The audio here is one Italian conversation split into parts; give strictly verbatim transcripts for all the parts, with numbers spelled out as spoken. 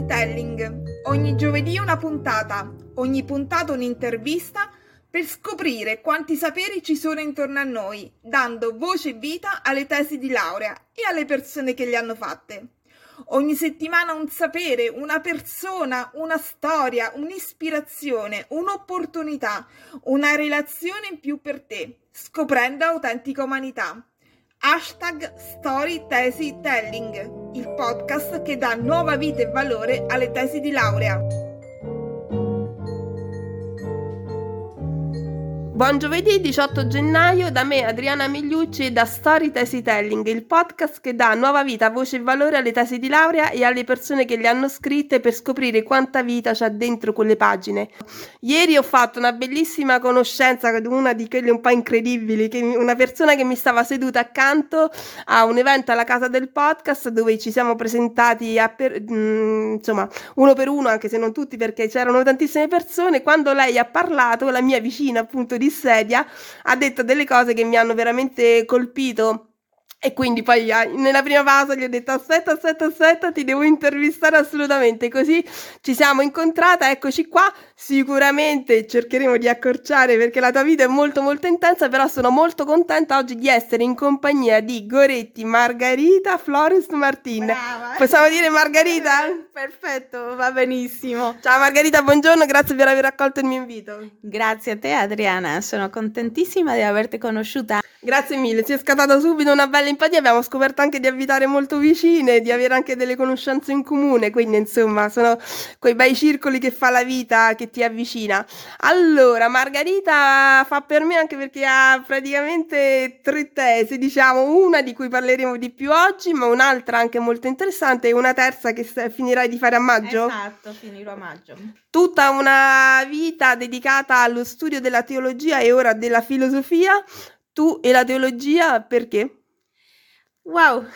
Storytelling. Ogni giovedì una puntata, ogni puntata un'intervista per scoprire quanti saperi ci sono intorno a noi, dando voce e vita alle tesi di laurea e alle persone che le hanno fatte. Ogni settimana un sapere, una persona, una storia, un'ispirazione, un'opportunità, una relazione in più per te, scoprendo autentica umanità. Hashtag Storytelling, il podcast che dà nuova vita e valore alle tesi di laurea. Buon giovedì diciotto gennaio da me Adriana Migliucci e da Storytelling, il podcast che dà nuova vita, voce e valore alle tesi di laurea e alle persone che le hanno scritte per scoprire quanta vita c'è dentro quelle pagine. Ieri ho fatto una bellissima conoscenza con una di quelle un po' incredibili, che una persona che mi stava seduta accanto a un evento alla casa del podcast dove ci siamo presentati a per, mh, insomma uno per uno, anche se non tutti perché c'erano tantissime persone. Quando lei ha parlato, la mia vicina appunto di sedia ha detto delle cose che mi hanno veramente colpito. E quindi poi nella prima pausa gli ho detto aspetta, aspetta, aspetta, ti devo intervistare assolutamente, così ci siamo incontrate, eccoci qua, sicuramente cercheremo di accorciare perché la tua vita è molto molto intensa, però sono molto contenta oggi di essere in compagnia di Goretti Margherita Flores Martin. Brava. Possiamo dire Margherita? Perfetto, va benissimo. Ciao Margherita, buongiorno, grazie per aver accolto il mio invito. Grazie a te Adriana, sono contentissima di averti conosciuta. Grazie mille, si è scattata subito una bella empatia, abbiamo scoperto anche di abitare molto vicine, di avere anche delle conoscenze in comune, quindi insomma sono quei bei circoli che fa la vita, che ti avvicina. Allora, Margherita fa per me anche perché ha praticamente tre tesi, diciamo, una di cui parleremo di più oggi, ma un'altra anche molto interessante e una terza che finirai di fare a maggio. Esatto, finirò a maggio. Tutta una vita dedicata allo studio della teologia e ora della filosofia. Tu e la teologia perché? Wow,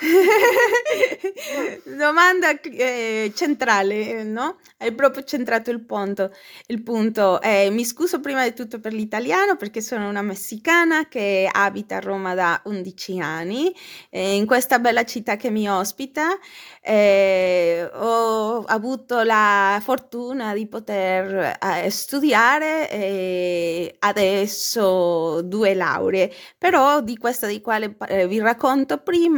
domanda eh, centrale, no? Hai proprio centrato il punto. Il punto. Eh, mi scuso prima di tutto per l'italiano perché sono una messicana che abita a Roma da undici anni, eh, in questa bella città che mi ospita. Eh, ho avuto la fortuna di poter eh, studiare eh, adesso due lauree, però di questa di quale eh, vi racconto prima.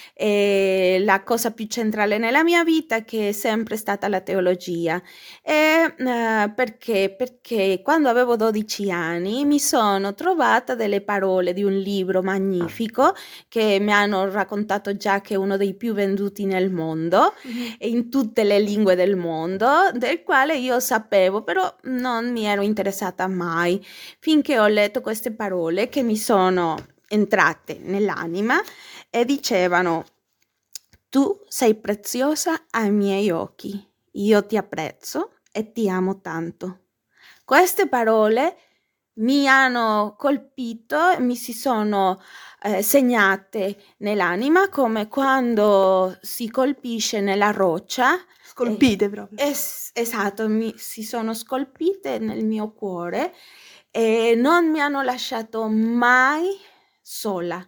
È la cosa più centrale nella mia vita, che è sempre stata la teologia. E, uh, perché? Perché quando avevo dodici anni mi sono trovata delle parole di un libro magnifico che mi hanno raccontato già che è uno dei più venduti nel mondo, mm-hmm. e in tutte le lingue del mondo, del quale io sapevo, però non mi ero interessata mai, finché ho letto queste parole che mi sono entrate nell'anima e dicevano: tu sei preziosa ai miei occhi, io ti apprezzo e ti amo tanto. Queste parole mi hanno colpito, mi si sono eh, segnate nell'anima come quando si colpisce nella roccia. Scolpite eh, proprio. Es- esatto, mi, si sono scolpite nel mio cuore e non mi hanno lasciato mai sola.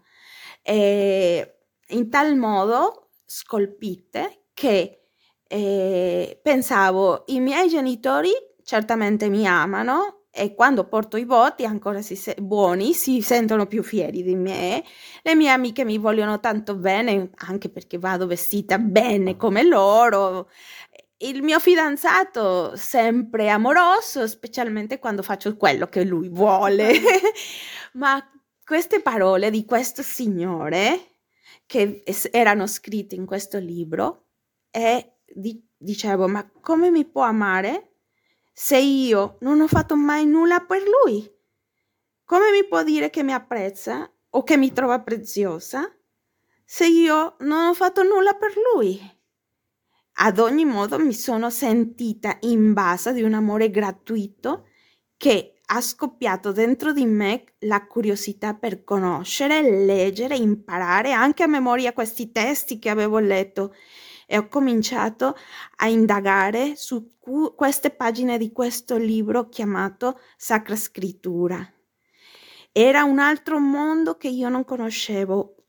E in tal modo scolpite che eh, pensavo i miei genitori certamente mi amano e quando porto i voti ancora si se- buoni si sentono più fieri di me, le mie amiche mi vogliono tanto bene anche perché vado vestita bene come loro, il mio fidanzato sempre amoroso specialmente quando faccio quello che lui vuole. Ma queste parole di questo signore che erano scritte in questo libro e di- dicevo, ma come mi può amare se io non ho fatto mai nulla per lui? Come mi può dire che mi apprezza o che mi trova preziosa se io non ho fatto nulla per lui? Ad ogni modo mi sono sentita invasa di un amore gratuito che ha scoppiato dentro di me la curiosità per conoscere, leggere, imparare anche a memoria questi testi che avevo letto e ho cominciato a indagare su cu- queste pagine di questo libro chiamato Sacra Scrittura. Era un altro mondo che io non conoscevo,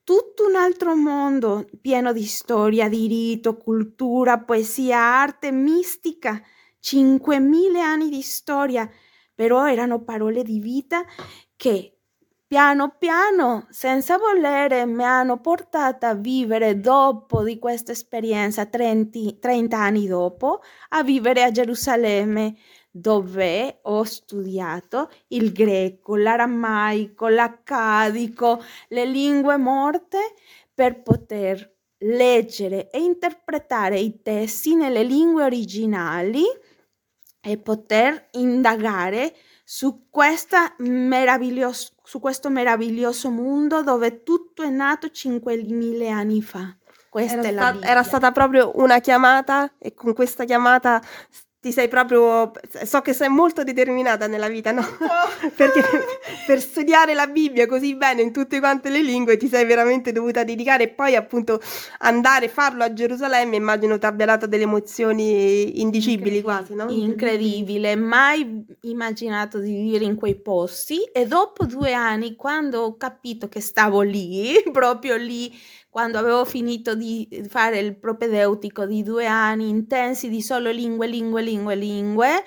tutto un altro mondo pieno di storia, di rito, cultura, poesia, arte, mistica. cinquemila anni di storia, però erano parole di vita che piano piano, senza volere, mi hanno portata a vivere dopo di questa esperienza, trenta anni dopo, a vivere a Gerusalemme, dove ho studiato il greco, l'aramaico, l'accadico, le lingue morte, per poter leggere e interpretare i testi nelle lingue originali e poter indagare su, questa meraviglios- su questo meraviglioso mondo dove tutto è nato cinquemila anni fa. Questa Era, è la sta- Bibbia. era stata proprio una chiamata e con questa chiamata ti sei proprio, so che sei molto determinata nella vita, no? Perché per studiare la Bibbia così bene in tutte quante le lingue ti sei veramente dovuta dedicare e poi appunto andare, farlo a Gerusalemme, immagino ti abbia dato delle emozioni indicibili quasi, no? Incredibile, mai immaginato di vivere in quei posti, e dopo due anni, quando ho capito che stavo lì, proprio lì, quando avevo finito di fare il propedeutico di due anni intensi di solo lingue, lingue, lingue, lingue,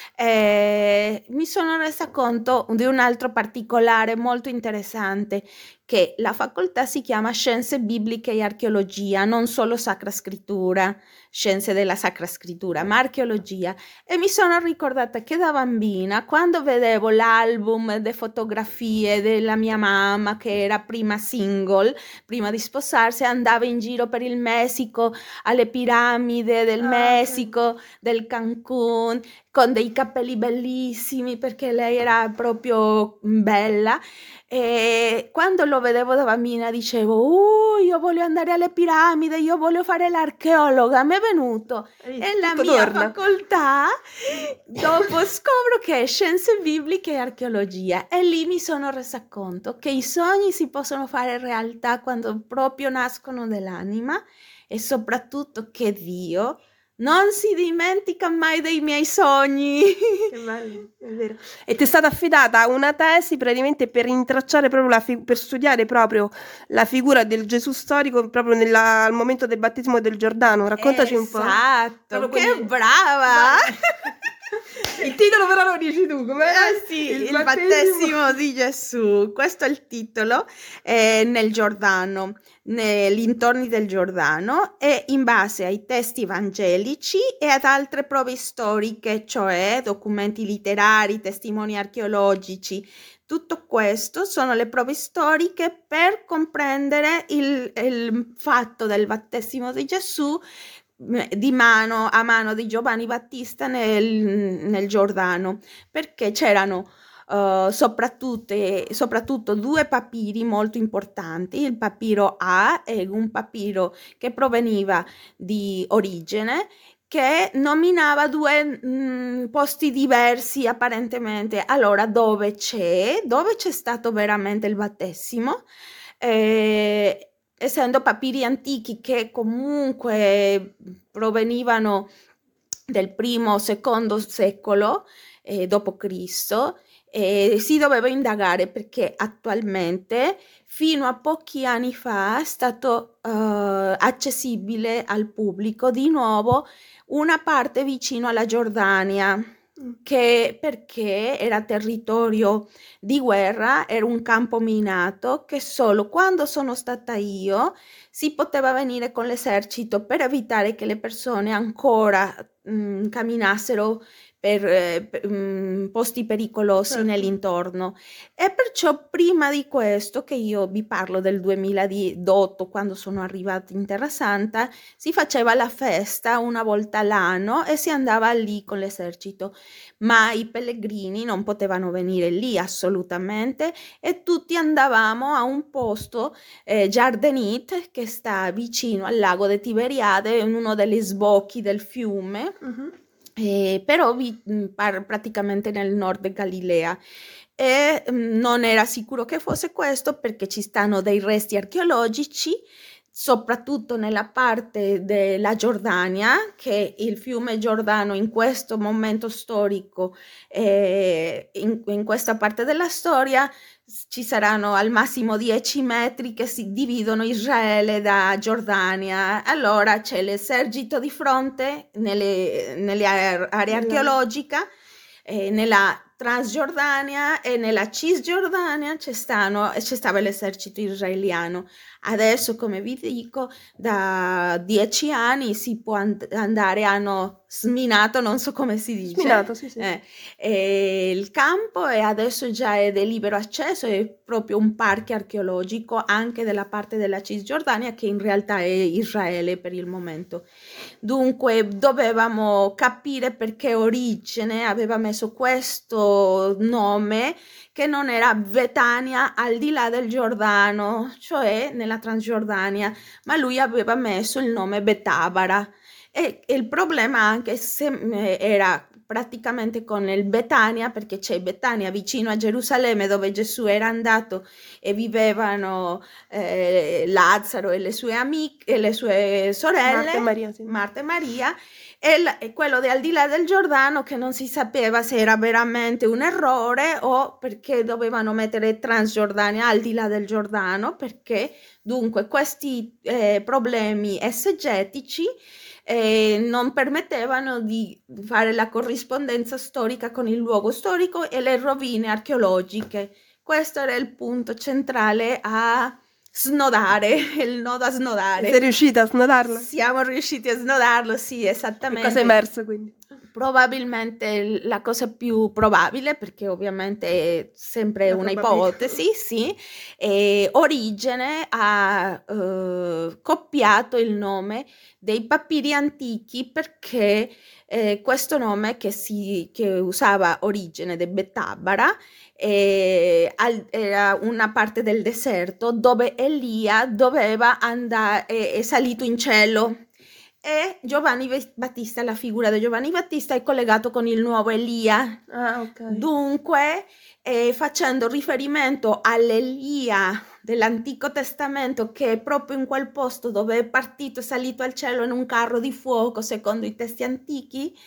eh, mi sono resa conto di un altro particolare molto interessante, che la facoltà si chiama Scienze Bibliche e Archeologia, non solo Sacra Scrittura, Scienze della Sacra Scrittura, ma archeologia. E mi sono ricordata che da bambina, quando vedevo l'album di fotografie della mia mamma, che era prima single, prima di sposarsi, andava in giro per il Messico, alle piramidi del Ah, Messico, ok. del Cancun, con dei capelli bellissimi, perché lei era proprio bella. E quando lo vedevo da bambina dicevo, uh, io voglio andare alle piramidi, io voglio fare l'archeologa. Mi è venuto. Hai E visto? la Tutto mia torna. facoltà, dopo scopro che è Scienze Bibliche e Archeologia, e lì mi sono resa conto che i sogni si possono fare realtà quando proprio nascono dall'anima, e soprattutto che Dio non si dimentica mai dei miei sogni. Che bello, è vero. E ti è stata affidata una tesi praticamente per intracciare proprio la fi- per studiare proprio la figura del Gesù storico proprio nella- al momento del battesimo del Giordano. Raccontaci un po'. Esatto, Proprio che quindi- brava! Il titolo però lo dici tu, com'è? Eh sì, il, battesimo di Gesù, questo è il titolo, eh, nel Giordano, negli intorni del Giordano, e in base ai testi evangelici e ad altre prove storiche, cioè documenti literari, testimoni archeologici. Tutto questo sono le prove storiche per comprendere il, il fatto del battesimo di Gesù di mano a mano di Giovanni Battista nel, nel Giordano, perché c'erano uh, soprattutto, soprattutto due papiri molto importanti, il papiro A e un papiro che proveniva di Origene, che nominava due mh, posti diversi apparentemente. Allora, dove c'è, dove c'è stato veramente il battesimo? Eh, essendo papiri antichi che comunque provenivano del primo o secondo secolo eh, dopo Cristo, eh, si doveva indagare, perché attualmente, fino a pochi anni fa, è stato eh, accessibile al pubblico di nuovo una parte vicino alla Giordania, che perché era territorio di guerra, era un campo minato, che solo quando sono stata io si poteva venire con l'esercito per evitare che le persone ancora mh, camminassero per, eh, per mh, posti pericolosi Certo. nell'intorno. E perciò prima di questo, che io vi parlo del duemiladiciotto, quando sono arrivata in Terra Santa, si faceva la festa una volta all'anno e si andava lì con l'esercito, ma i pellegrini non potevano venire lì assolutamente, e tutti andavamo a un posto, eh, Jardenit, che sta vicino al lago di Tiberiade, in uno degli sbocchi del fiume, Mhm. eh, però vi, par- praticamente nel nord Galilea. E mh, non era sicuro che fosse questo, perché ci stanno dei resti archeologici soprattutto nella parte della Giordania, che il fiume Giordano in questo momento storico, eh, in, in questa parte della storia, ci saranno al massimo dieci metri che si dividono Israele da Giordania. Allora c'è l'esercito di fronte nelle, nelle aree archeologiche, eh, nella Transgiordania e nella Cisgiordania c'è, stano, c'è stava l'esercito israeliano. Adesso, come vi dico, da dieci anni si può and- andare, hanno sminato, non so come si dice. Sminato, sì, sì. Eh, eh, il campo, e adesso già è di libero accesso, è proprio un parco archeologico anche della parte della Cisgiordania, che in realtà è Israele per il momento. Dunque dovevamo capire per che origine aveva messo questo nome, che non era Betania al di là del Giordano, cioè nella Transgiordania, ma lui aveva messo il nome Betabara. E, e il problema anche se eh, era praticamente con il Betania, perché c'è Betania vicino a Gerusalemme dove Gesù era andato e vivevano eh, Lazzaro e le sue amiche e le sue sorelle, Marta e Maria, sì. Marta e Maria, e, l- e quello di al di là del Giordano, che non si sapeva se era veramente un errore o perché dovevano mettere Transgiordania al di là del Giordano, perché dunque questi eh, problemi esegetici eh, non permettevano di fare la corrispondenza storica con il luogo storico e le rovine archeologiche. Questo era il punto centrale a snodare, il nodo a snodare. Sei riuscita a snodarlo? Siamo riusciti a snodarlo, sì, esattamente. E cosa è emerso quindi? Probabilmente la cosa più probabile, perché ovviamente è sempre La una probabilità. ipotesi, sì, e Origene ha eh, copiato il nome dei papiri antichi, perché eh, questo nome che, si, che usava Origene de Betabara eh, al, era una parte del deserto dove Elia doveva andare, è, è salito in cielo. E Giovanni Battista, la figura di Giovanni Battista è collegato con il nuovo Elia. Ah, ok. Dunque, eh, facendo riferimento all'Elia dell'Antico Testamento, che è proprio in quel posto dove è partito e salito al cielo in un carro di fuoco, secondo i testi antichi,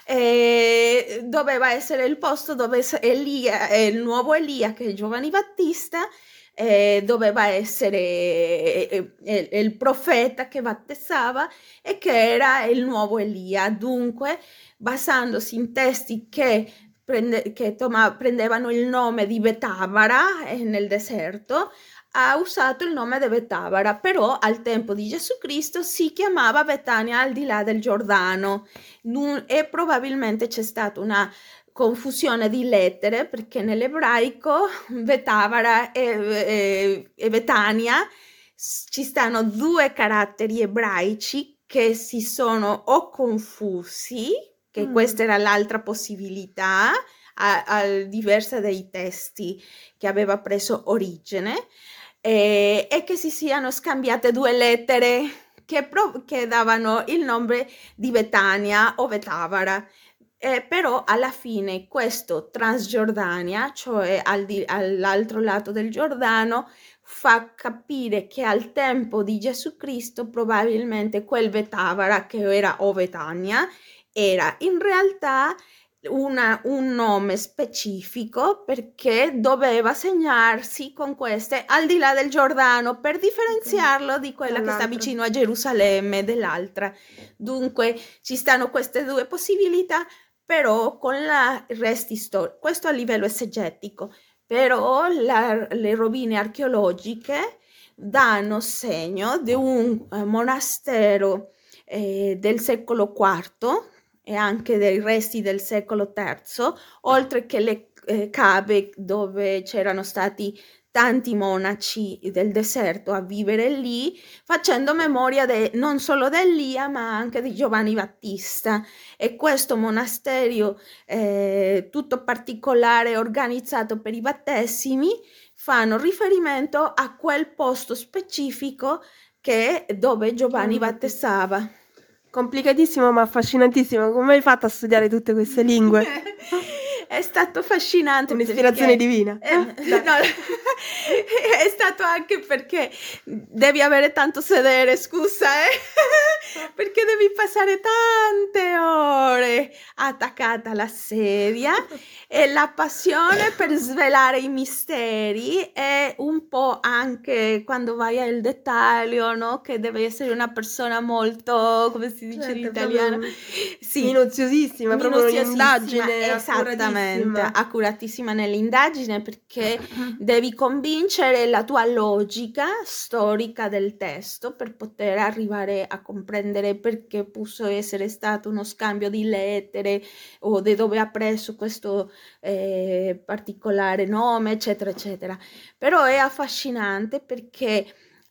eh, doveva essere il posto dove Elia, eh, il nuovo Elia, che è Giovanni Battista, Eh, doveva essere eh, eh, il profeta che battezzava e che era il nuovo Elia. Dunque, basandosi in testi che, prende, che toma, prendevano il nome di Betabara eh, nel deserto, ha usato il nome di Betabara, però al tempo di Gesù Cristo si chiamava Betania al di là del Giordano, e probabilmente c'è stata una confusione di lettere, perché nell'ebraico Betavara e, e, e Betania ci stanno due caratteri ebraici che si sono o confusi, che mm. questa era l'altra possibilità, a, a, diversa dai testi che aveva preso Origene, e, e che si siano scambiate due lettere che, pro, che davano il nome di Betania o Betavara. Eh, però alla fine questo Transgiordania, cioè al di, all'altro lato del Giordano, fa capire che al tempo di Gesù Cristo probabilmente quel Betavara, che era o Betania, era in realtà una, un nome specifico, perché doveva segnarsi con queste al di là del Giordano per differenziarlo di quella che sta vicino a Gerusalemme, dell'altra. Dunque ci stanno queste due possibilità, però con la resti storici, questo a livello esegetico, però la, le rovine archeologiche danno segno di un eh, monastero eh, del secolo quarto e anche dei resti del secolo terzo, oltre che le eh, cave dove c'erano stati tanti monaci del deserto a vivere lì, facendo memoria de, non solo di Elia ma anche di Giovanni Battista. E questo monastero eh, tutto particolare, organizzato per i battesimi, fanno riferimento a quel posto specifico che dove Giovanni battezzava. Complicatissimo ma affascinantissimo. Come hai fatto a studiare tutte queste lingue? È stato affascinante. Un'ispirazione perché, divina. Eh, no, è stato anche perché devi avere tanto sedere, scusa, eh? Perché devi passare tante ore attaccata alla sedia e la passione per svelare i misteri è un po' anche quando vai al dettaglio, no? Che deve essere una persona molto, come si dice Certo, in italiano? Sì, minuziosissima, proprio un'indagine esattamente, accuratissima. accuratissima nell'indagine, perché devi convincere la tua logica storica del testo per poter arrivare a comprendere perché possa essere stato uno scambio di lettere o di dove ha preso questo eh, particolare nome, eccetera, eccetera. Però è affascinante perché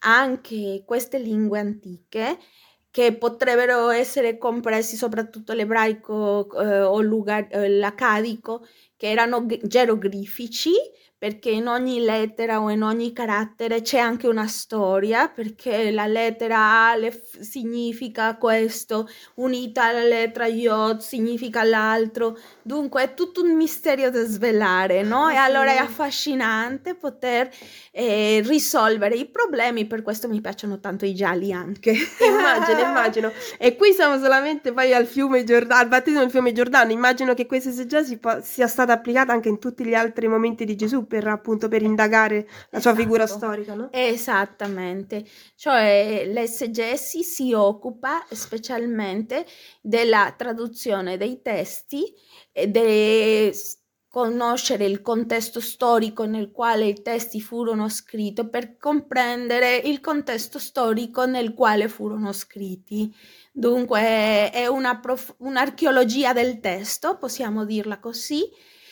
anche queste lingue antiche, che potrebbero essere compresi soprattutto l'ebraico eh, o lugar- eh, l'accadico, che erano g- geroglifici, perché in ogni lettera o in ogni carattere c'è anche una storia, perché la lettera Aleph significa questo, unita alla lettera Yod significa l'altro, dunque è tutto un misterio da svelare, no? E allora è affascinante poter eh, risolvere i problemi, per questo mi piacciono tanto i gialli anche. Immagino, immagino. E qui siamo solamente poi al fiume Giordano, al battesimo del fiume Giordano. Immagino che questa esegesi po- sia stata applicata anche in tutti gli altri momenti di Gesù per appunto per indagare la sua Esatto. figura storica, no? Esattamente, cioè l'esegesi si occupa specialmente della traduzione dei testi e di conoscere il contesto storico nel quale i testi furono scritti per comprendere il contesto storico nel quale furono scritti. Dunque è una prof- un'archeologia del testo, possiamo dirla così,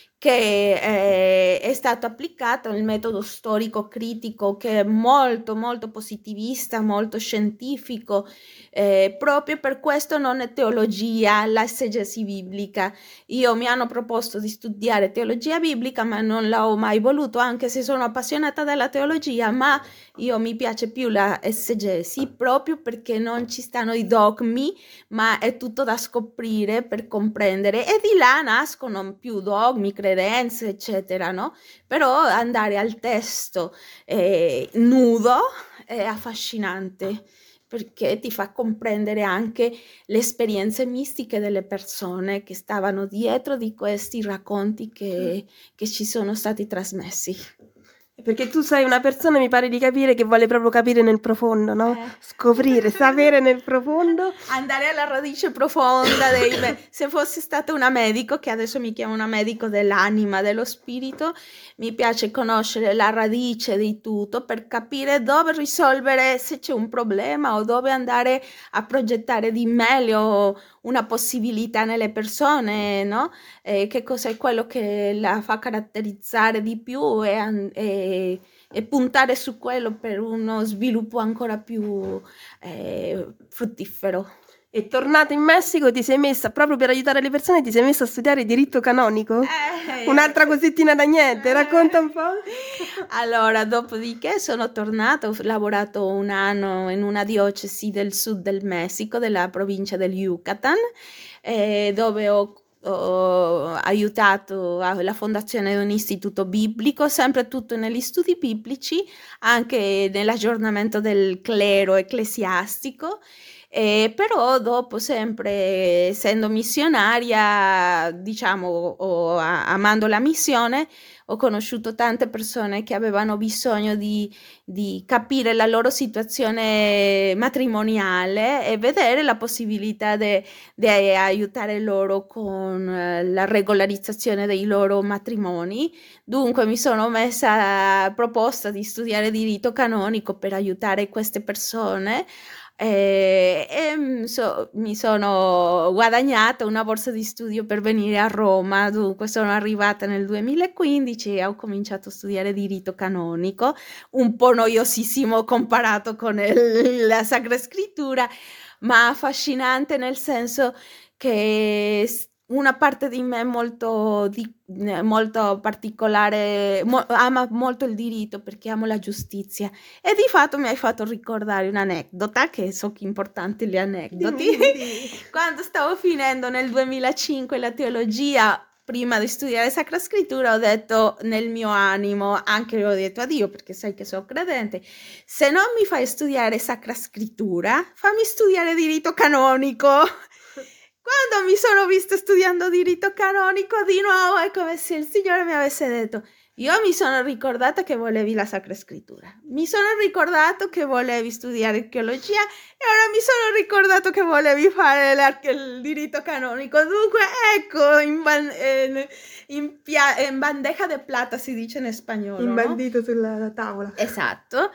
che eh, è stato applicato il metodo storico critico, che è molto molto positivista, molto scientifico, eh, proprio per questo non è teologia, la esegesi biblica. Io mi hanno proposto di studiare teologia biblica, ma non l'ho mai voluto, anche se sono appassionata della teologia, ma io mi piace più la esegesi proprio perché non ci stanno i dogmi, ma è tutto da scoprire per comprendere, e di là nascono più dogmi, credenze, eccetera, no? Però andare al testo eh, nudo è affascinante, perché ti fa comprendere anche le esperienze mistiche delle persone che stavano dietro di questi racconti che, che ci sono stati trasmessi. Perché tu sei una persona, mi pare di capire, che vuole proprio capire nel profondo, no? Eh. Scoprire, sapere nel profondo. Andare alla radice profonda dei me- se fossi stata una medico, che adesso mi chiamo una medico dell'anima, dello spirito, mi piace conoscere la radice di tutto per capire dove risolvere se c'è un problema o dove andare a progettare di meglio una possibilità nelle persone, no? Eh, che cosa è quello che la fa caratterizzare di più e, an- e, e puntare su quello per uno sviluppo ancora più eh, fruttifero. E tornata in Messico ti sei messa, proprio per aiutare le persone, ti sei messa a studiare diritto canonico? Eh, Un'altra cosettina da niente, racconta un po'. Allora, dopodiché sono tornata, ho lavorato un anno in una diocesi del sud del Messico, della provincia del Yucatan, eh, dove ho ho aiutato la fondazione di un istituto biblico, sempre tutto negli studi biblici, anche nell'aggiornamento del clero ecclesiastico. Eh, però dopo, sempre essendo missionaria, diciamo, o a- amando la missione, ho conosciuto tante persone che avevano bisogno di, di capire la loro situazione matrimoniale e vedere la possibilità di aiutare loro con eh, la regolarizzazione dei loro matrimoni. Dunque mi sono messa a proposta di studiare diritto canonico per aiutare queste persone. E, e so, mi sono guadagnata una borsa di studio per venire a Roma, dunque sono arrivata nel duemilaquindici e ho cominciato a studiare diritto canonico, un po' noiosissimo comparato con il, la Sacra Scrittura, ma affascinante nel senso che una parte di me molto, di, molto particolare, mo, ama molto il diritto perché amo la giustizia, e di fatto mi hai fatto ricordare un'anedota, che so che importanti gli aneddoti. Dimmi, dimmi. Quando stavo finendo nel duemilacinque la teologia, prima di studiare Sacra Scrittura ho detto nel mio animo, anche l'ho detto a Dio perché sai che sono credente, se non mi fai studiare Sacra Scrittura, fammi studiare diritto canonico. Quando mi sono vista studiando diritto canonico di nuovo è come se il Signore mi avesse detto: io mi sono ricordata che volevi la Sacra Scrittura, mi sono ricordato che volevi studiare archeologia e ora mi sono ricordato che volevi fare il diritto canonico. Dunque ecco, in, ban- in, in, pia- in bandeja de plata si dice in spagnolo, Imbandito no? sulla tavola. Esatto,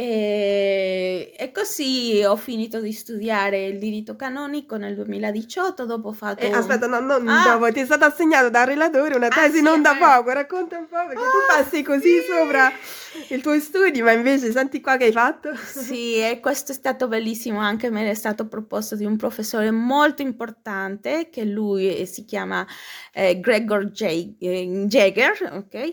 e, e così ho finito di studiare il diritto canonico nel duemiladiciotto, dopo ho fatto... Eh, aspetta, no, non Ah! dopo, ti è stato assegnato dal relatore una Ah, tesi sì, non è da vero. poco, racconta un po', perché tu Ah, passi così sì! sopra i tuoi studi, ma invece senti qua che hai fatto. Sì, e questo è stato bellissimo, anche me è stato proposto di un professore molto importante, che lui eh, si chiama eh, Gregor J- eh, Jaeger, ok?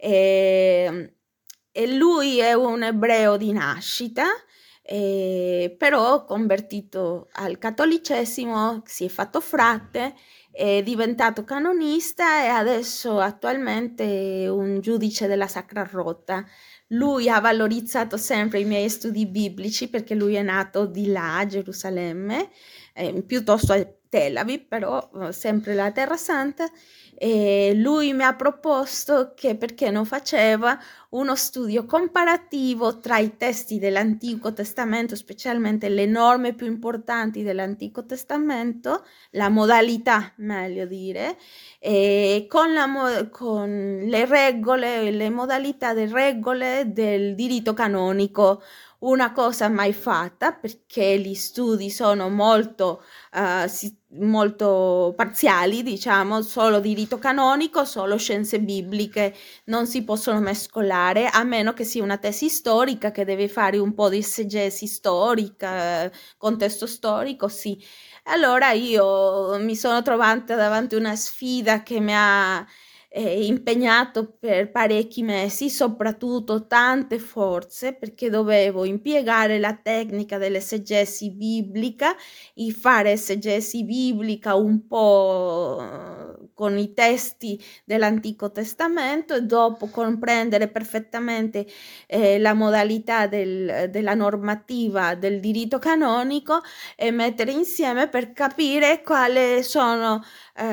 E, e lui è un ebreo di nascita, eh, però convertito al cattolicesimo, si è fatto frate, è diventato canonista e adesso attualmente è un giudice della Sacra Rota. Lui ha valorizzato sempre i miei studi biblici perché lui è nato di là, a Gerusalemme, eh, piuttosto a Tel Aviv, però eh, sempre la Terra Santa. E lui mi ha proposto che perché non faceva uno studio comparativo tra i testi dell'Antico Testamento, specialmente le norme più importanti dell'Antico Testamento, la modalità, meglio dire, e con, la mo- con le regole, le modalità delle regole del diritto canonico. Una cosa mai fatta perché gli studi sono molto, uh, si, molto parziali, diciamo, solo diritto canonico, solo scienze bibliche, non si possono mescolare a meno che sia una tesi storica che deve fare un po' di esegesi storica, contesto storico, sì. Allora io mi sono trovata davanti a una sfida che mi ha eh, impegnato per parecchi mesi, soprattutto tante forze, perché dovevo impiegare la tecnica dell'esegesi biblica e fare esegesi biblica un po' con i testi dell'Antico Testamento e dopo comprendere perfettamente eh, la modalità del, della normativa del diritto canonico e mettere insieme per capire quali sono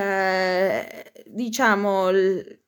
eh, diciamo l-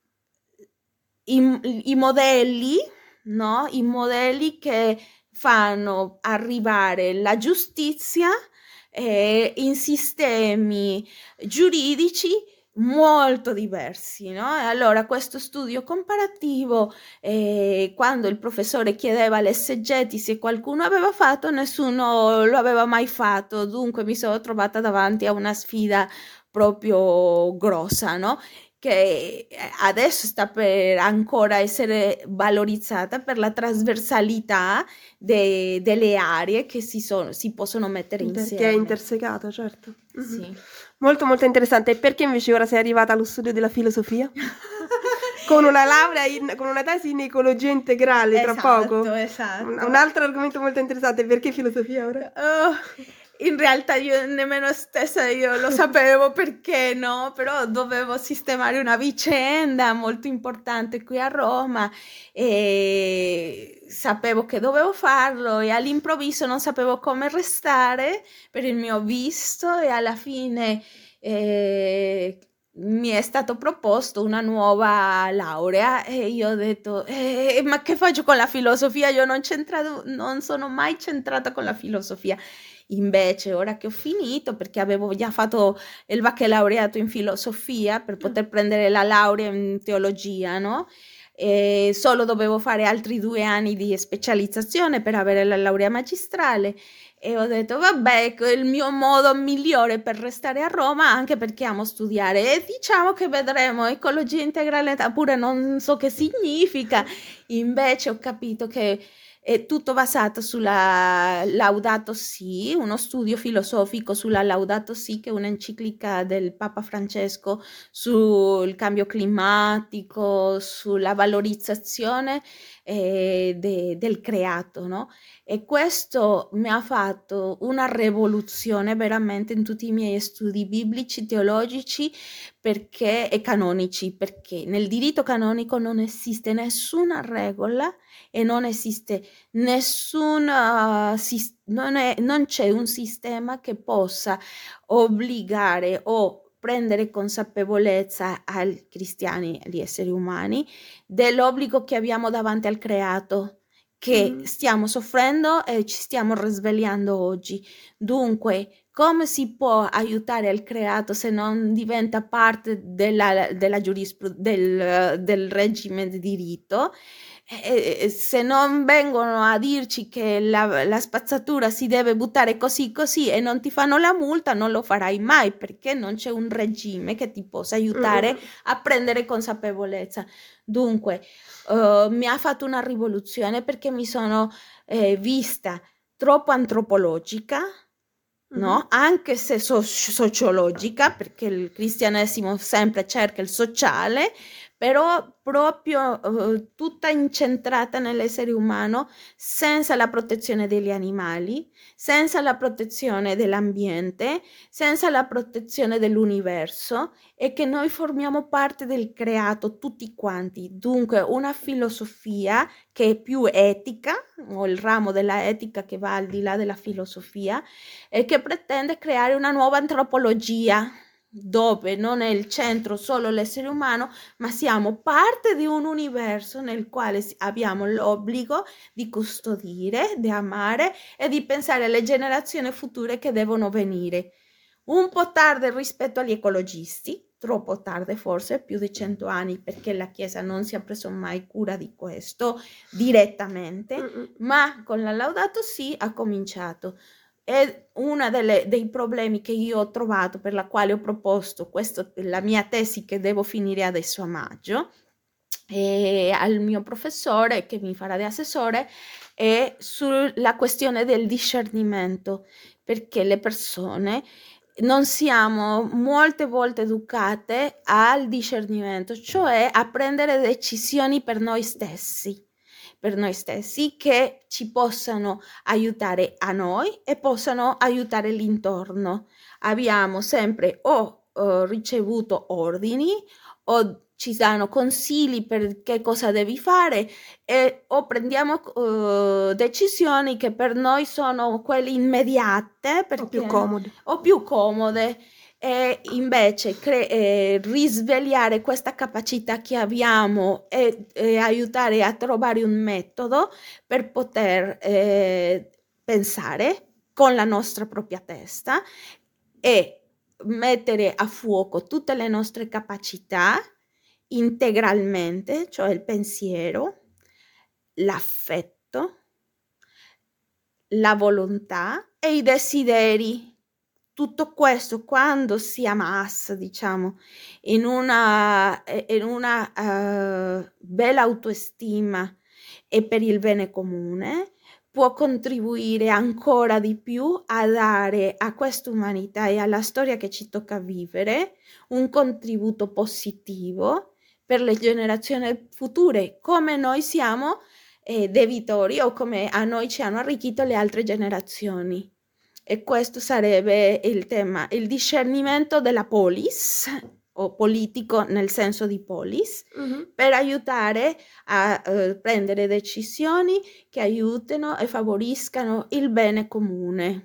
i, i modelli, no? I modelli che fanno arrivare la giustizia eh, in sistemi giuridici molto diversi, no? E allora questo studio comparativo, eh, quando il professore chiedeva l'esegeti se qualcuno aveva fatto, nessuno lo aveva mai fatto, dunque mi sono trovata davanti a una sfida proprio grossa, no? Che adesso sta per ancora essere valorizzata per la trasversalità de- delle aree che si, sono, si possono mettere Perché è insieme. intersecata, certo. Mhm. Sì. Molto molto interessante. E perché invece ora sei arrivata allo studio della filosofia? Con una laurea, in, con una tesi in ecologia integrale tra Esatto, poco. esatto. Un, un altro argomento molto interessante. Perché filosofia ora? Oh, in realtà io nemmeno stessa io lo sapevo perché no, però dovevo sistemare una vicenda molto importante qui a Roma e sapevo che dovevo farlo e all'improvviso non sapevo come restare per il mio visto e alla fine eh, mi è stato proposto una nuova laurea e io ho detto eh, ma che faccio con la filosofia? Io non, c'entrato, non sono mai centrata con la filosofia. Invece, ora che ho finito, perché avevo già fatto il baccalaureato in filosofia per poter prendere la laurea in teologia, no? E solo dovevo fare altri due anni di specializzazione per avere la laurea magistrale e ho detto vabbè, è il mio modo migliore per restare a Roma, anche perché amo studiare e diciamo che vedremo ecologia integrale, pure non so che significa. Invece ho capito che è tutto basato sulla Laudato Si, uno studio filosofico sulla Laudato Si, che è un'enciclica del Papa Francesco sul cambio climatico, sulla valorizzazione eh, de, del creato, no? E questo mi ha fatto fatto una rivoluzione veramente in tutti i miei studi biblici, teologici perché, e canonici, perché nel diritto canonico non esiste nessuna regola e non esiste nessuna, non, è, non c'è un sistema che possa obbligare o prendere consapevolezza ai cristiani, agli esseri umani, dell'obbligo che abbiamo davanti al creato, che mm. stiamo soffrendo e ci stiamo risvegliando oggi. Dunque, come si può aiutare il creato se non diventa parte della, della giurisprudenza, del, del regime di diritto? Eh, se non vengono a dirci che la, la spazzatura si deve buttare così così e non ti fanno la multa, non lo farai mai, perché non c'è un regime che ti possa aiutare mm-hmm. a prendere consapevolezza. Dunque, uh, mi ha fatto una rivoluzione perché mi sono eh, vista troppo antropologica, mm-hmm. no? Anche se so- sociologica, perché il cristianesimo sempre cerca il sociale, però proprio uh, tutta incentrata nell'essere umano, senza la protezione degli animali, senza la protezione dell'ambiente, senza la protezione dell'universo, e che noi formiamo parte del creato tutti quanti. Dunque una filosofia che è più etica, o il ramo della etica che va al di là della filosofia, e che pretende creare una nuova antropologia, dove non è il centro solo l'essere umano, ma siamo parte di un universo nel quale abbiamo l'obbligo di custodire, di amare e di pensare alle generazioni future che devono venire. Un po' tardi rispetto agli ecologisti, troppo tardi forse, più di cento anni, perché la Chiesa non si è preso mai cura di questo direttamente, Mm-mm. ma con la Laudato Si ha cominciato. È uno dei problemi che io ho trovato, per la quale ho proposto questo, la mia tesi che devo finire adesso a maggio, e al mio professore che mi farà da assessore, è sulla questione del discernimento, perché le persone non siamo molte volte educate al discernimento, cioè a prendere decisioni per noi stessi. per noi stessi, che ci possano aiutare a noi e possano aiutare l'intorno. Abbiamo sempre o uh, ricevuto ordini o ci danno consigli per che cosa devi fare, e, o prendiamo uh, decisioni che per noi sono quelle immediate perché, o più comode. O più comode. E invece cre- eh, risvegliare questa capacità che abbiamo e, e aiutare a trovare un metodo per poter eh, pensare con la nostra propria testa e mettere a fuoco tutte le nostre capacità integralmente, cioè il pensiero, l'affetto, la volontà e i desideri. Tutto questo, quando si ammassa, diciamo, in una, in una uh, bella autostima e per il bene comune, può contribuire ancora di più a dare a questa umanità e alla storia che ci tocca vivere un contributo positivo per le generazioni future, come noi siamo eh, debitori o come a noi ci hanno arricchito le altre generazioni. E questo sarebbe il tema, il discernimento della polis, o politico nel senso di polis, uh-huh. per aiutare a uh, prendere decisioni che aiutino e favoriscano il bene comune.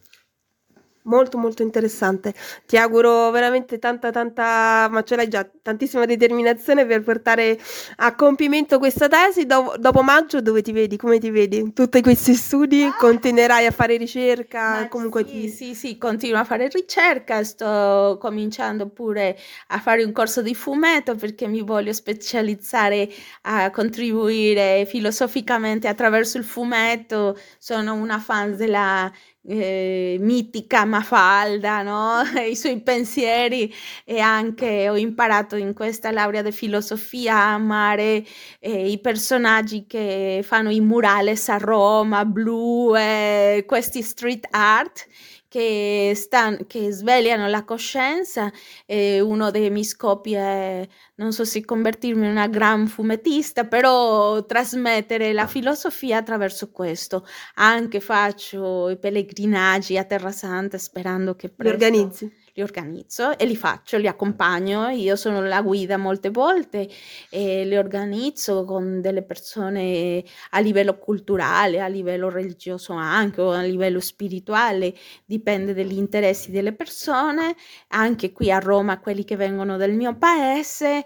Molto molto interessante, ti auguro veramente tanta tanta, ma ce l'hai già, tantissima determinazione per portare a compimento questa tesi. Do- dopo maggio dove ti vedi, come ti vedi? Tutti questi studi, ah, continuerai a fare ricerca? Comunque sì, ti... sì, sì, continuo a fare ricerca, sto cominciando pure a fare un corso di fumetto perché mi voglio specializzare a contribuire filosoficamente attraverso il fumetto. Sono una fan della Eh, mitica Mafalda, no? I suoi pensieri, e anche ho imparato in questa laurea di filosofia a amare eh, i personaggi che fanno i murales a Roma, blu, eh, questi street art che, stan- che svegliano la coscienza. E uno dei miei scopi è, non so se convertirmi in una gran fumettista, però trasmettere la filosofia attraverso questo. Anche faccio i pellegrinaggi a Terra Santa sperando che Li presto organizzi? li organizzo e li faccio, li accompagno. Io sono la guida molte volte e li organizzo con delle persone a livello culturale, a livello religioso anche, o a livello spirituale, dipende dagli interessi delle persone, anche qui a Roma quelli che vengono dal mio paese,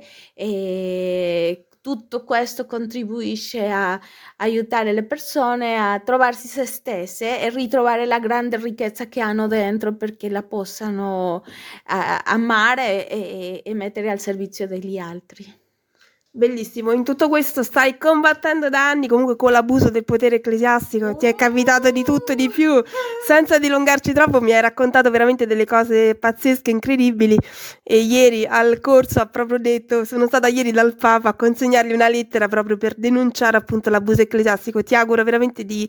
e tutto questo contribuisce a aiutare le persone a trovarsi se stesse e ritrovare la grande ricchezza che hanno dentro, perché la possano uh, amare e, e mettere al servizio degli altri. Bellissimo, in tutto questo stai combattendo da anni comunque con l'abuso del potere ecclesiastico, ti è capitato di tutto e di più. Senza dilungarci troppo, mi hai raccontato veramente delle cose pazzesche, incredibili, e ieri al corso ha proprio detto, sono stata ieri dal Papa a consegnargli una lettera proprio per denunciare appunto l'abuso ecclesiastico. Ti auguro veramente di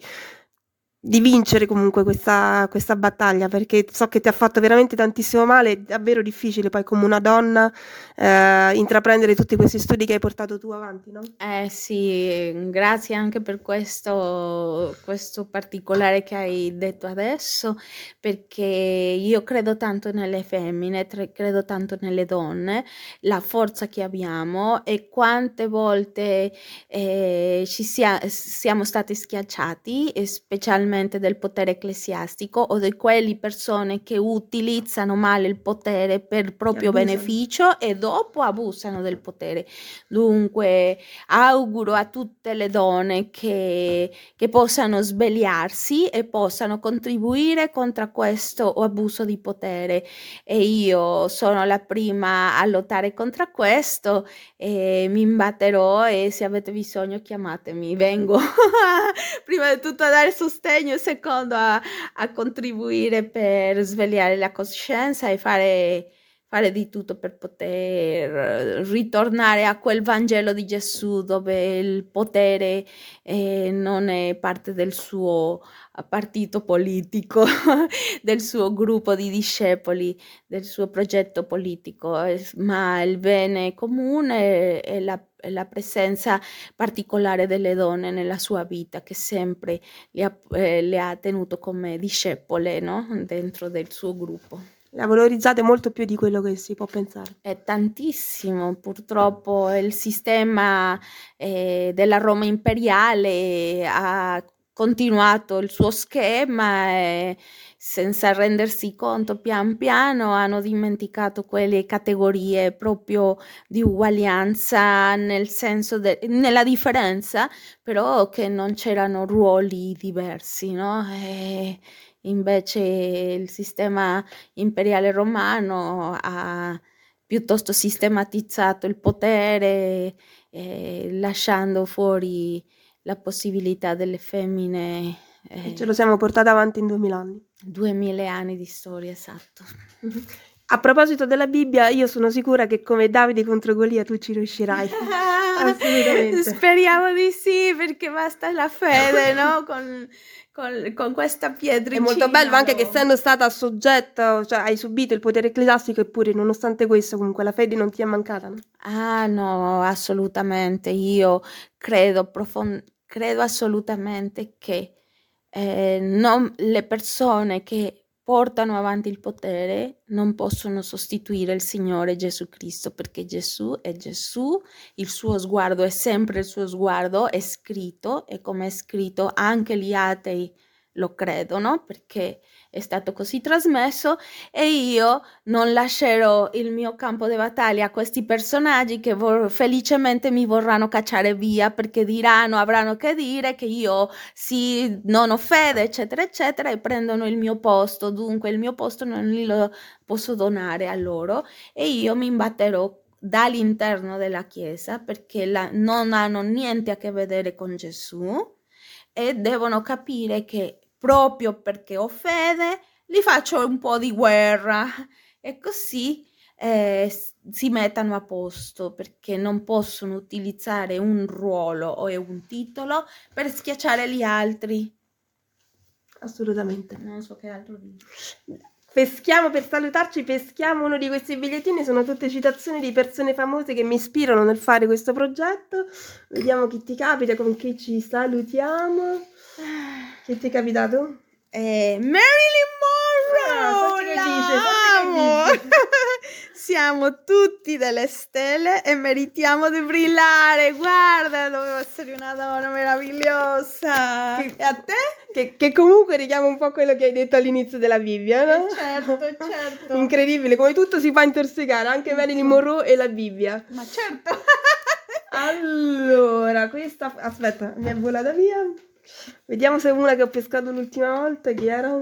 di vincere comunque questa, questa battaglia, perché so che ti ha fatto veramente tantissimo male. È davvero difficile poi come una donna eh, intraprendere tutti questi studi che hai portato tu avanti, no? Eh sì, grazie anche per questo, questo particolare che hai detto adesso, perché io credo tanto nelle femmine, tre- credo tanto nelle donne, la forza che abbiamo, e quante volte eh, ci sia- siamo stati schiacciati, e specialmente del potere ecclesiastico o di quelle persone che utilizzano male il potere per proprio abusano. beneficio e dopo abusano del potere. Dunque, auguro a tutte le donne che, che possano svegliarsi e possano contribuire contro questo abuso di potere, e io sono la prima a lottare contro questo e mi imbatterò, e se avete bisogno chiamatemi, vengo prima di tutto a dare sostegno e secondo a, a contribuire per svegliare la coscienza e fare fare di tutto per poter ritornare a quel Vangelo di Gesù dove il potere eh, non è parte del suo partito politico, del suo gruppo di discepoli, del suo progetto politico, eh, ma il bene comune e la, la presenza particolare delle donne nella sua vita, che sempre le ha, eh, le ha tenuto come discepole, no? Dentro del suo gruppo. La valorizzate molto più di quello che si può pensare. È tantissimo, purtroppo il sistema eh, della Roma imperiale ha continuato il suo schema e senza rendersi conto pian piano hanno dimenticato quelle categorie proprio di uguaglianza, nel senso de- nella differenza, però che non c'erano ruoli diversi, no? E invece il sistema imperiale romano ha piuttosto sistematizzato il potere, eh, lasciando fuori la possibilità delle femmine. Eh, e ce lo siamo portato avanti in duemila anni. Duemila anni di storia, esatto. A proposito della Bibbia, io sono sicura che come Davide contro Golia tu ci riuscirai. Assolutamente. Speriamo di sì, perché basta la fede, no? Con, con, con questa pietricina. È molto bello anche no? che essendo stata soggetta, cioè hai subito il potere ecclesiastico, eppure nonostante questo comunque la fede non ti è mancata, no? Ah no, assolutamente. Io credo, profond- credo assolutamente che eh, non, le persone che portano avanti il potere non possono sostituire il Signore Gesù Cristo, perché Gesù è Gesù, il suo sguardo è sempre il suo sguardo, è scritto, e come è scritto anche gli atei lo credono, perché è stato così trasmesso, e io non lascerò il mio campo di battaglia a questi personaggi che vor- felicemente mi vorranno cacciare via, perché diranno, avranno che dire che io sì, non ho fede, eccetera, eccetera, e prendono il mio posto. Dunque il mio posto non lo posso donare a loro, e io mi imbatterò dall'interno della Chiesa, perché la, non hanno niente a che vedere con Gesù, e devono capire che proprio perché ho fede li faccio un po' di guerra, e così eh, si mettano a posto, perché non possono utilizzare un ruolo o un titolo per schiacciare gli altri. Assolutamente. Non so che altro dire. Peschiamo, per salutarci, peschiamo uno di questi bigliettini, sono tutte citazioni di persone famose che mi ispirano nel fare questo progetto. Vediamo chi ti capita, con chi ci salutiamo. Chi ti è capitato? Eh, Marilyn Monroe! Ah, la dice, amo! Siamo tutti delle stelle e meritiamo di brillare. Guarda, dovevo essere una donna meravigliosa. Che, e a te? Che, che comunque richiama un po' quello che hai detto all'inizio della Bibbia, no? Eh, certo, certo. Incredibile, come tutto si fa intersecare, anche Marilyn Monroe e la Bibbia. Ma certo. Allora, questa... Aspetta, mi è volata via. Vediamo se è una che ho pescato l'ultima volta, chi era?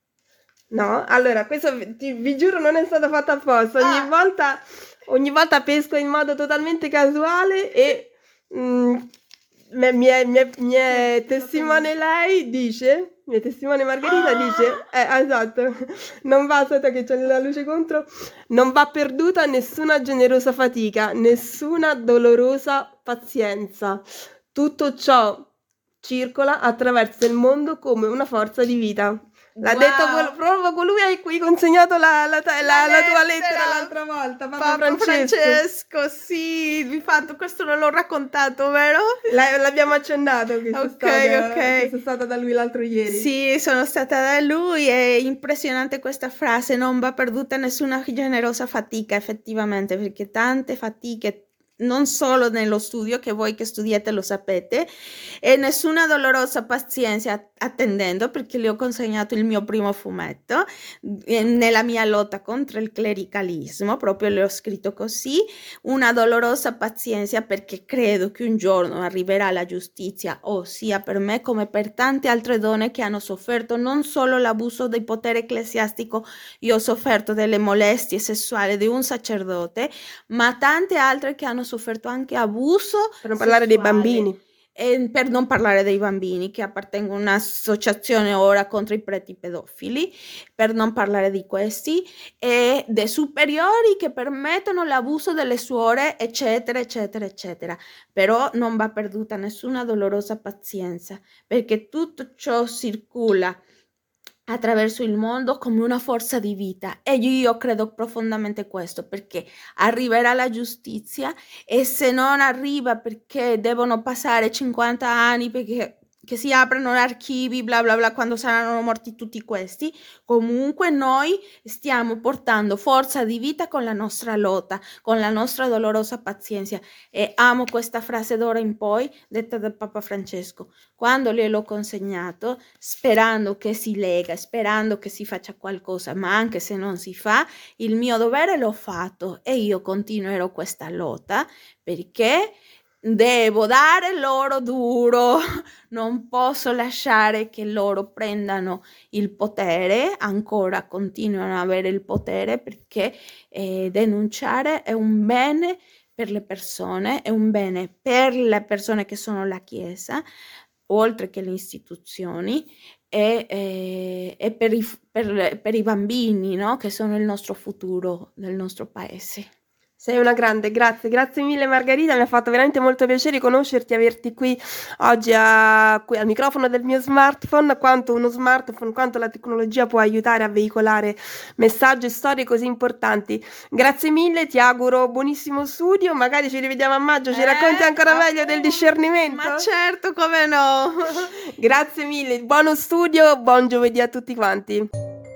No, allora, questo ti, vi giuro non è stato fatto apposta, ogni Ah. volta, ogni volta pesco in modo totalmente casuale e mm, mi, mi, è, mi, è, mi è testimone lei dice, mi è testimone Margherita Ah. dice, eh, esatto, non va, aspetta che c'è la luce contro, non va perduta nessuna generosa fatica, nessuna dolorosa pazienza, tutto ciò circola attraverso il mondo come una forza di vita. L'ha Wow. detto quel, proprio colui a cui hai consegnato la, la, la, la, la tua lettera. lettera l'altra volta, Papa, Papa Francesco. Francesco, sì, di fatto questo non l'ho raccontato, vero? La, l'abbiamo accennato che Ok, sei stata, ok. che sei stata da lui l'altro ieri. Sì, sono stata da lui, è impressionante questa frase, non va perduta nessuna generosa fatica, effettivamente, perché tante fatiche, non solo nello studio, che voi che studiate lo sapete, e nessuna dolorosa pazienza attendendo, perché le ho consegnato il mio primo fumetto eh, nella mia lotta contro il clericalismo, proprio le ho scritto così, una dolorosa pazienza perché credo che un giorno arriverà la giustizia, ossia per me come per tante altre donne che hanno sofferto non solo l'abuso del potere ecclesiastico, io ho sofferto delle molestie sessuali di un sacerdote, ma tante altre che hanno sofferto anche abuso Per non parlare dei sessuale. bambini. E per non parlare dei bambini che appartengono a un'associazione ora contro i preti pedofili, per non parlare di questi, e dei superiori che permettono l'abuso delle suore, eccetera, eccetera, eccetera. Però non va perduta nessuna dolorosa pazienza, perché tutto ciò circola attraverso il mondo come una forza di vita e io credo profondamente questo, perché arriverà la giustizia e se non arriva perché devono passare cinquanta anni perché che si aprono archivi bla bla bla quando saranno morti tutti questi, comunque noi stiamo portando forza di vita con la nostra lotta, con la nostra dolorosa pazienza, e amo questa frase d'ora in poi detta da Papa Francesco quando gliel'ho consegnato, sperando che si lega, sperando che si faccia qualcosa, ma anche se non si fa, il mio dovere l'ho fatto e io continuerò questa lotta perché devo dare loro duro, non posso lasciare che loro prendano il potere, ancora continuano ad avere il potere, perché eh, denunciare è un bene per le persone, è un bene per le persone che sono la Chiesa, oltre che le istituzioni, e, e, e per, i, per, per i bambini, no? Che sono il nostro futuro del nostro paese. Sei una grande, grazie, grazie mille Margherita, mi ha fatto veramente molto piacere conoscerti, averti qui oggi a, qui, al microfono del mio smartphone, quanto uno smartphone, quanto la tecnologia può aiutare a veicolare messaggi e storie così importanti. Grazie mille, ti auguro buonissimo studio, magari ci rivediamo a maggio, ci eh, racconti ancora appunto, meglio del discernimento? Ma certo, come no! Grazie mille, buono studio, buon giovedì a tutti quanti.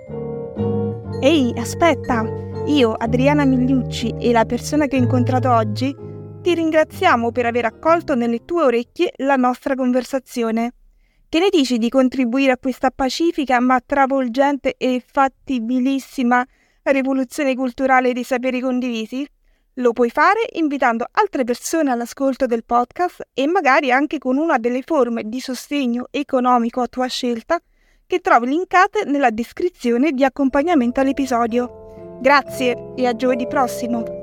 Ehi, aspetta! Io, Adriana Migliucci e la persona che ho incontrato oggi, ti ringraziamo per aver accolto nelle tue orecchie la nostra conversazione. Che ne dici di contribuire a questa pacifica ma travolgente e fattibilissima rivoluzione culturale dei saperi condivisi? Lo puoi fare invitando altre persone all'ascolto del podcast e magari anche con una delle forme di sostegno economico a tua scelta che trovi linkate nella descrizione di accompagnamento all'episodio. Grazie e a giovedì prossimo!